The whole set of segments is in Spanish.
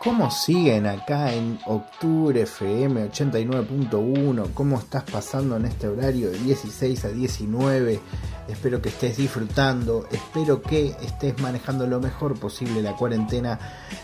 ¿Cómo siguen acá en Octubre FM 89.1? ¿Cómo estás pasando en este horario de 16 a 19? Espero que estés disfrutando, espero que estés manejando lo mejor posible la cuarentena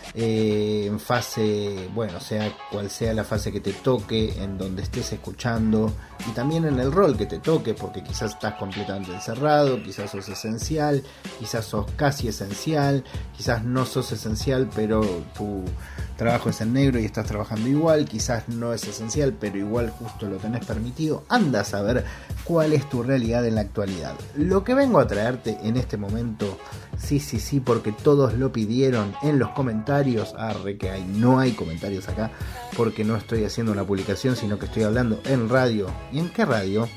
en fase, bueno, sea cual sea la fase que te toque, en donde estés escuchando y también en el rol que te toque, porque quizás estás completamente encerrado, quizás sos esencial, quizás sos casi esencial, quizás no sos esencial pero tu trabajo es en negro y estás trabajando igual, quizás no es esencial pero igual justo lo tenés permitido. Anda a saber cuál es tu realidad en la actualidad. Lo que vengo a traerte en este momento, sí, porque todos lo pidieron en los comentarios, que no hay comentarios acá porque no estoy haciendo una publicación, sino que estoy hablando en radio. ¿Y en qué radio?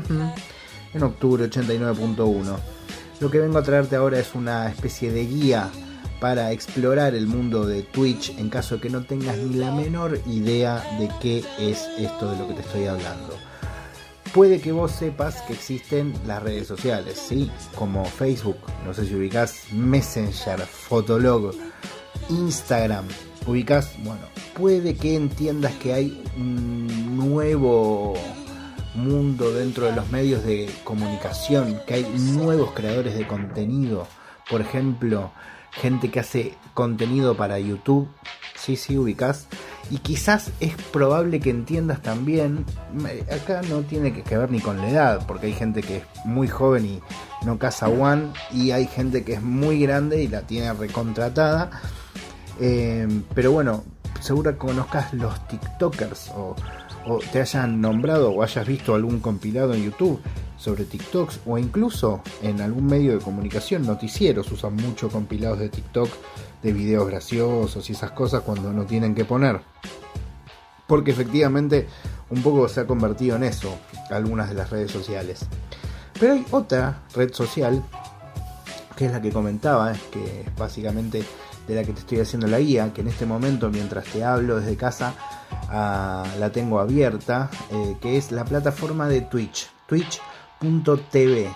En Octubre 89.1. Lo que vengo a traerte ahora es una especie de guía para explorar el mundo de Twitch en caso de que no tengas ni la menor idea de qué es esto de lo que te estoy hablando. Puede que vos sepas que existen las redes sociales, ¿sí? Como Facebook, no sé si ubicás, Messenger, Fotolog, Instagram, ubicás, bueno, puede que entiendas que hay un nuevo mundo dentro de los medios de comunicación, que hay nuevos creadores de contenido, por ejemplo, gente que hace contenido para YouTube, sí, ubicás. Y quizás es probable que entiendas también, acá no tiene que ver ni con la edad, porque hay gente que es muy joven y no casa one, y hay gente que es muy grande y la tiene recontratada, pero bueno, seguro conozcas los TikTokers o te hayan nombrado o hayas visto algún compilado en YouTube sobre TikToks, o incluso en algún medio de comunicación, noticieros usan mucho compilados de TikTok, de videos graciosos y esas cosas cuando no tienen que poner, porque efectivamente un poco se ha convertido en eso algunas de las redes sociales. Pero hay otra red social que es la que comentaba, que es básicamente de la que te estoy haciendo la guía, que en este momento mientras te hablo desde casa la tengo abierta, que es la plataforma de Twitch, twitch.tv,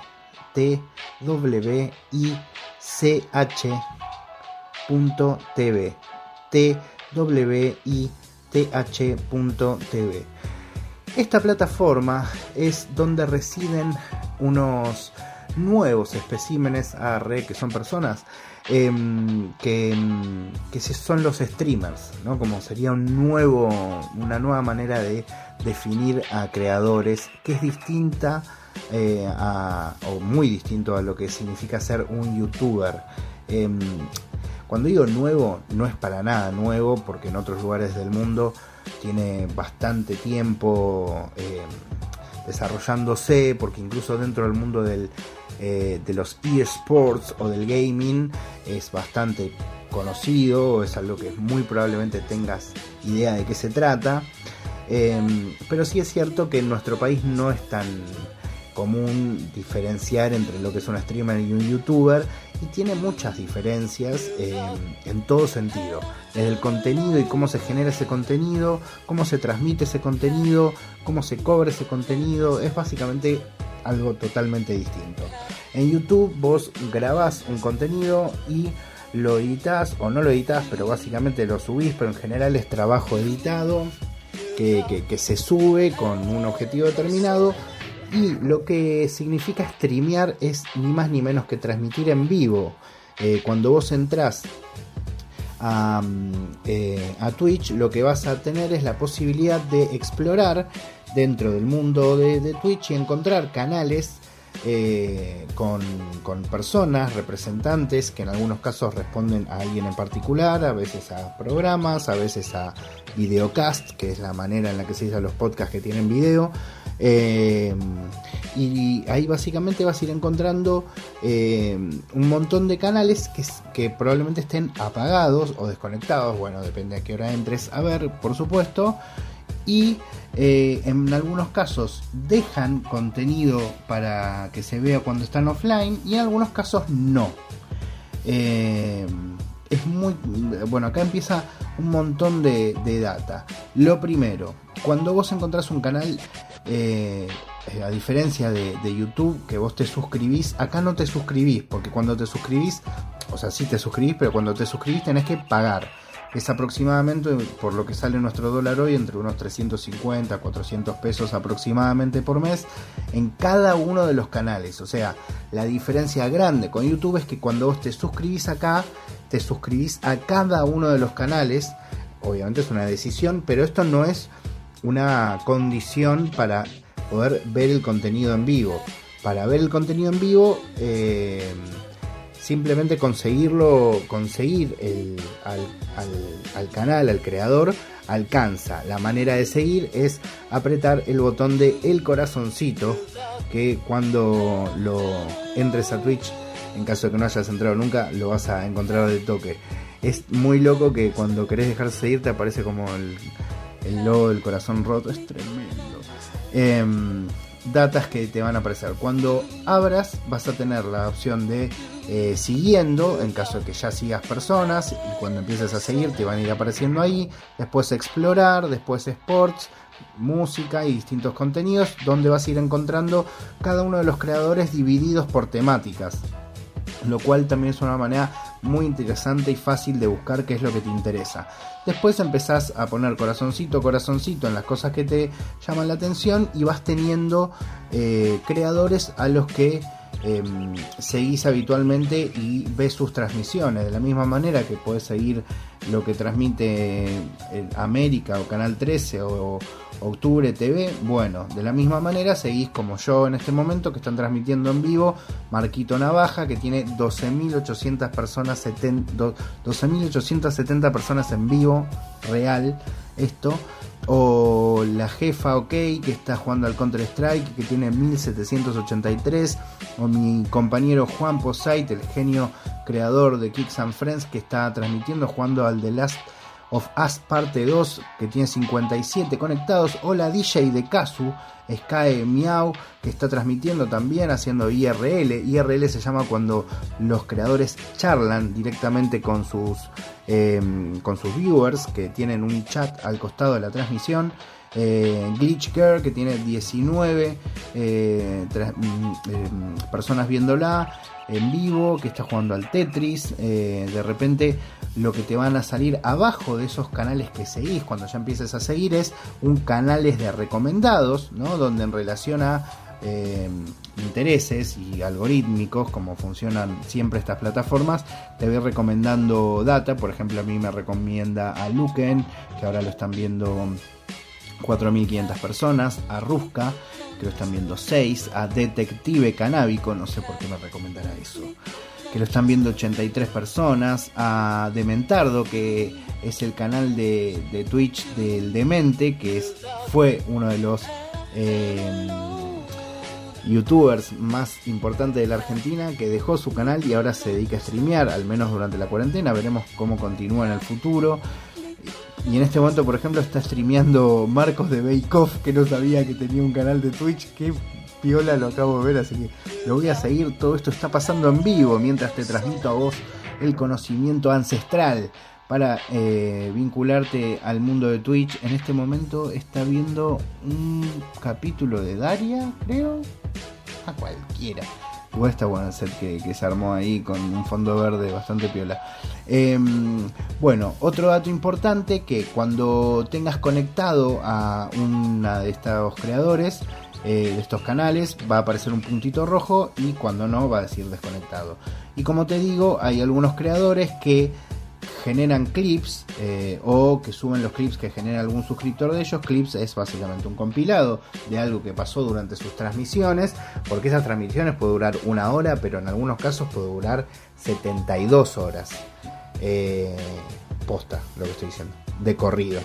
twitch.tv. Esta plataforma es donde residen unos nuevos especímenes que son personas que son los streamers, ¿no? Como sería una nueva manera de definir a creadores, que es distinta o muy distinto a lo que significa ser un youtuber. Cuando digo nuevo, no es para nada nuevo, porque en otros lugares del mundo tiene bastante tiempo desarrollándose, porque incluso dentro del mundo de los eSports o del gaming es bastante conocido, es algo que muy probablemente tengas idea de qué se trata, pero sí es cierto que en nuestro país no es tan común diferenciar entre lo que es un streamer y un youtuber, y tiene muchas diferencias en todo sentido, desde el contenido y cómo se genera ese contenido, cómo se transmite ese contenido, cómo se cobra ese contenido, es básicamente algo totalmente distinto. En YouTube vos grabás un contenido y lo editas o no lo editas, pero básicamente lo subís, pero en general es trabajo editado que se sube con un objetivo determinado. Y lo que significa streamear es ni más ni menos que transmitir en vivo. Cuando vos entrás a Twitch, lo que vas a tener es la posibilidad de explorar dentro del mundo de Twitch y encontrar canales con personas, representantes, que en algunos casos responden a alguien en particular, a veces a programas, a veces a videocast, que es la manera en la que se dicen los podcasts que tienen video. Y ahí básicamente vas a ir encontrando un montón de canales que probablemente estén apagados o desconectados, bueno, depende a qué hora entres a ver, por supuesto, y en algunos casos dejan contenido para que se vea cuando están offline, y en algunos casos no. Es muy bueno, acá empieza un montón de data. Lo primero, cuando vos encontrás un canal, a diferencia de YouTube, que vos te suscribís, acá no te suscribís, porque cuando te suscribís, o sea, sí te suscribís, pero cuando te suscribís tenés que pagar. es aproximadamente, por lo que sale nuestro dólar hoy, entre unos 350 a 400 pesos aproximadamente por mes en cada uno de los canales. O sea, la diferencia grande con YouTube es que cuando vos te suscribís acá, te suscribís a cada uno de los canales. Obviamente es una decisión, pero esto no es una condición para poder ver el contenido en vivo. Para ver el contenido en vivo, simplemente conseguir al canal, al creador, alcanza. La manera de seguir es apretar el botón de el corazoncito, que cuando lo entres a Twitch, en caso de que no hayas entrado nunca, lo vas a encontrar de toque. Es muy loco que cuando querés dejar de seguir te aparece como el logo del corazón roto. Es tremendo. Datas que te van a aparecer. Cuando abras vas a tener la opción de siguiendo, en caso de que ya sigas personas, y cuando empieces a seguir te van a ir apareciendo ahí. Después explorar, después sports, música y distintos contenidos, donde vas a ir encontrando cada uno de los creadores divididos por temáticas, lo cual también es una manera muy interesante y fácil de buscar qué es lo que te interesa. Después empezás a poner corazoncito en las cosas que te llaman la atención y vas teniendo creadores a los que seguís habitualmente y ves sus transmisiones. De la misma manera que podés seguir lo que transmite América o Canal 13 o Octubre TV, bueno, de la misma manera seguís como yo en este momento, que están transmitiendo en vivo Marquito Navaja, que tiene 12.800 personas, 12.870 personas en vivo real, esto, o La Jefa OK, que está jugando al Counter Strike, que tiene 1.783, o mi compañero Juan Posait, el genio creador de Kicks and Friends, que está transmitiendo jugando al The Last of Us parte 2, que tiene 57 conectados, o la DJ de Kazu, Sky Miau, que está transmitiendo también haciendo IRL. IRL se llama cuando los creadores charlan directamente con sus viewers, que tienen un chat al costado de la transmisión. Glitch Girl, que tiene 19 personas viéndola en vivo, que está jugando al Tetris. De repente lo que te van a salir abajo de esos canales que seguís cuando ya empieces a seguir es un canales de recomendados, ¿no? Donde en relación a intereses y algorítmicos, como funcionan siempre estas plataformas, te voy recomendando data. Por ejemplo, a mí me recomienda a Luken, que ahora lo están viendo 4.500 personas, a Ruska, que lo están viendo 6, a Detective Canábico, no sé por qué me recomendará eso, que lo están viendo 83 personas, a Dementardo, que es el canal de Twitch del Demente, que fue uno de los youtubers más importantes de la Argentina, que dejó su canal y ahora se dedica a streamear, al menos durante la cuarentena. Veremos cómo continúa en el futuro. Y en este momento, por ejemplo, está streameando Marcos de Bake Off, que no sabía que tenía un canal de Twitch. Qué piola, lo acabo de ver, así que lo voy a seguir. Todo esto está pasando en vivo mientras te transmito a vos el conocimiento ancestral para vincularte al mundo de Twitch. En este momento está viendo un capítulo de Daria, creo, a cualquiera. Igual está bueno el set que se armó ahí con un fondo verde bastante piola. Bueno, otro dato importante, que cuando tengas conectado a una de estos creadores, de estos canales, va a aparecer un puntito rojo, y cuando no va a decir desconectado. Y como te digo, hay algunos creadores que generan clips o que suben los clips que genera algún suscriptor de ellos. Clips es básicamente un compilado de algo que pasó durante sus transmisiones, porque esas transmisiones pueden durar 1 hora, pero en algunos casos puede durar 72 horas. Posta, lo que estoy diciendo, de corrido.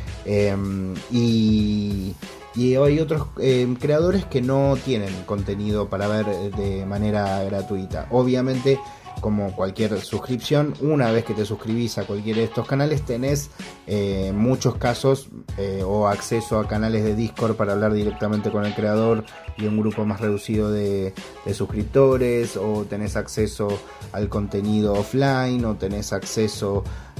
Y hay otros creadores que no tienen contenido para ver de manera gratuita. Obviamente, como cualquier suscripción, una vez que te suscribís a cualquiera de estos canales, tenés muchos casos o acceso a canales de Discord para hablar directamente con el creador y un grupo más reducido de suscriptores, o tenés acceso al contenido offline, o tenés acceso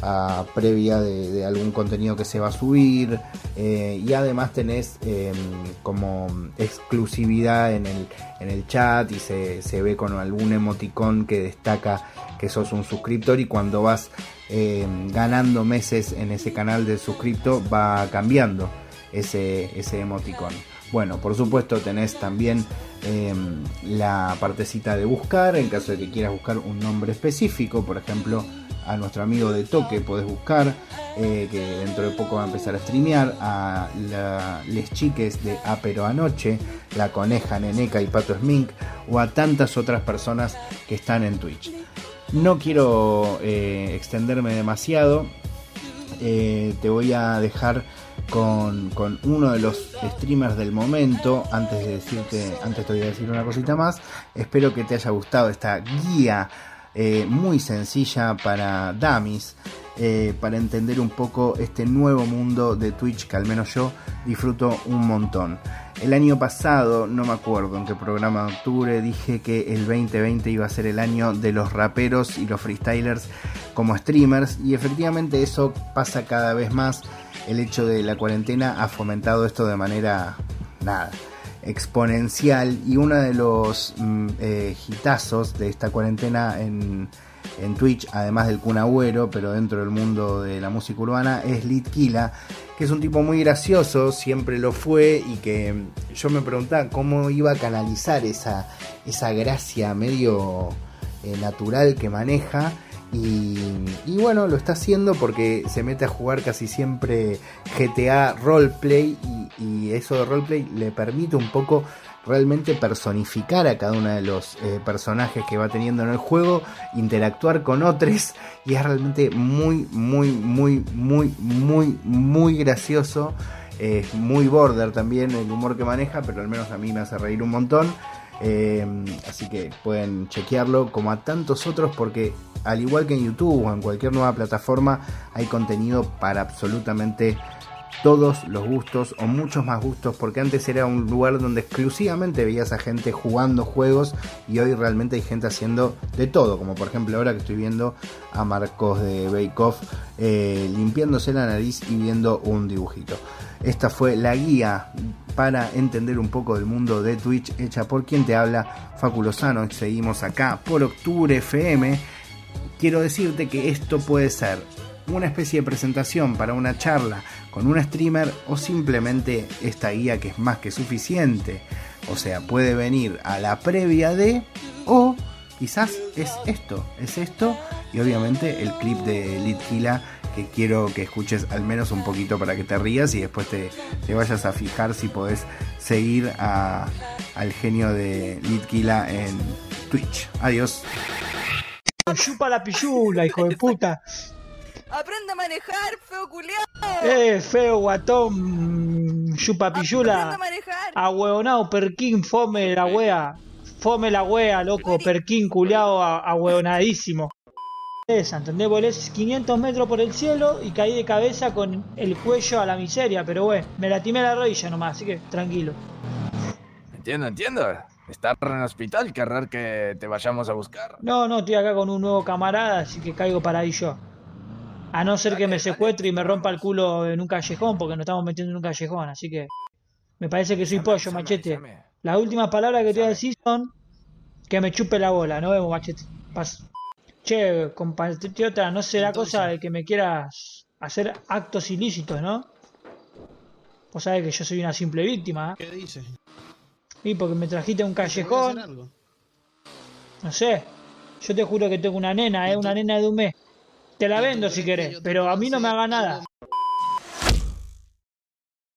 previa de algún contenido que se va a subir, y además tenés como exclusividad en el chat, y se ve con algún emoticón que destaca que sos un suscriptor, y cuando vas ganando meses en ese canal de suscripto va cambiando ese emoticón. Bueno, por supuesto tenés también la partecita de buscar, en caso de que quieras buscar un nombre específico. Por ejemplo, a nuestro amigo de Toque podés buscar, que dentro de poco va a empezar a streamear, a les chiques de Pero Anoche, la Coneja Neneca y Pato Smink, o a tantas otras personas que están en Twitch. No quiero extenderme demasiado, te voy a dejar con uno de los streamers del momento. Antes te voy a decir una cosita más. Espero que te haya gustado esta guía muy sencilla para dummies, para entender un poco este nuevo mundo de Twitch que al menos yo disfruto un montón. El año pasado, no me acuerdo en qué programa de octubre, dije que el 2020 iba a ser el año de los raperos y los freestylers como streamers, y efectivamente eso pasa cada vez más. El hecho de la cuarentena ha fomentado esto de manera exponencial, y uno de los hitazos de esta cuarentena en Twitch, además del Kun Agüero, pero dentro del mundo de la música urbana, es Litquila, que es un tipo muy gracioso, siempre lo fue, y que yo me preguntaba cómo iba a canalizar esa gracia medio natural que maneja. Y bueno, lo está haciendo porque se mete a jugar casi siempre GTA Roleplay, y eso de Roleplay le permite un poco realmente personificar a cada uno de los personajes que va teniendo en el juego, interactuar con otros, y es realmente muy gracioso. Es muy border también el humor que maneja, pero al menos a mí me hace reír un montón. Así que pueden chequearlo, como a tantos otros, porque al igual que en YouTube o en cualquier nueva plataforma, hay contenido para absolutamente todos los gustos, o muchos más gustos, porque antes era un lugar donde exclusivamente veías a gente jugando juegos, y hoy realmente hay gente haciendo de todo, como por ejemplo ahora que estoy viendo a Marcos de Bake Off limpiándose la nariz y viendo un dibujito. Esta fue la guía para entender un poco del mundo de Twitch, hecha por quien te habla, Facu Lozano. Seguimos acá por Octubre FM. Quiero decirte que esto puede ser una especie de presentación para una charla con un streamer, o simplemente esta guía que es más que suficiente. O sea, puede venir a la previa de, o quizás es esto, y obviamente el clip de Litquila, que quiero que escuches al menos un poquito para que te rías, y después te vayas a fijar si podés seguir al genio de Litquila en Twitch. Adiós. Chupa la pichula, hijo de puta. Aprende a manejar, feo culiao. Feo guatón, chupa pichula. Aprende a manejar. Ahueonao, perquín, fome la wea. Fome la wea, loco, perquín culiao, ahueonadísimo. ¿Entendés? Volés 500 metros por el cielo y caí de cabeza con el cuello a la miseria, pero bueno, me lastimé la rodilla nomás, así que tranquilo. Entiendo. Estar en el hospital, querrer que te vayamos a buscar. No, estoy acá con un nuevo camarada, así que caigo para ahí yo. A no ser que me secuestre y me rompa el culo en un callejón, porque nos estamos metiendo en un callejón, así que me parece que soy pollo, Machete. Las últimas palabras que te voy a decir son que me chupe la bola. Nos vemos, Machete. Paso. Che, compatriota, no será cosa de que me quieras hacer actos ilícitos, ¿no? Vos sabés que yo soy una simple víctima, ¿eh? ¿Qué dices? Y porque me trajiste a un callejón. No sé. Yo te juro que tengo una nena, una nena de un mes. Te la vendo si querés, pero a mí no me haga nada.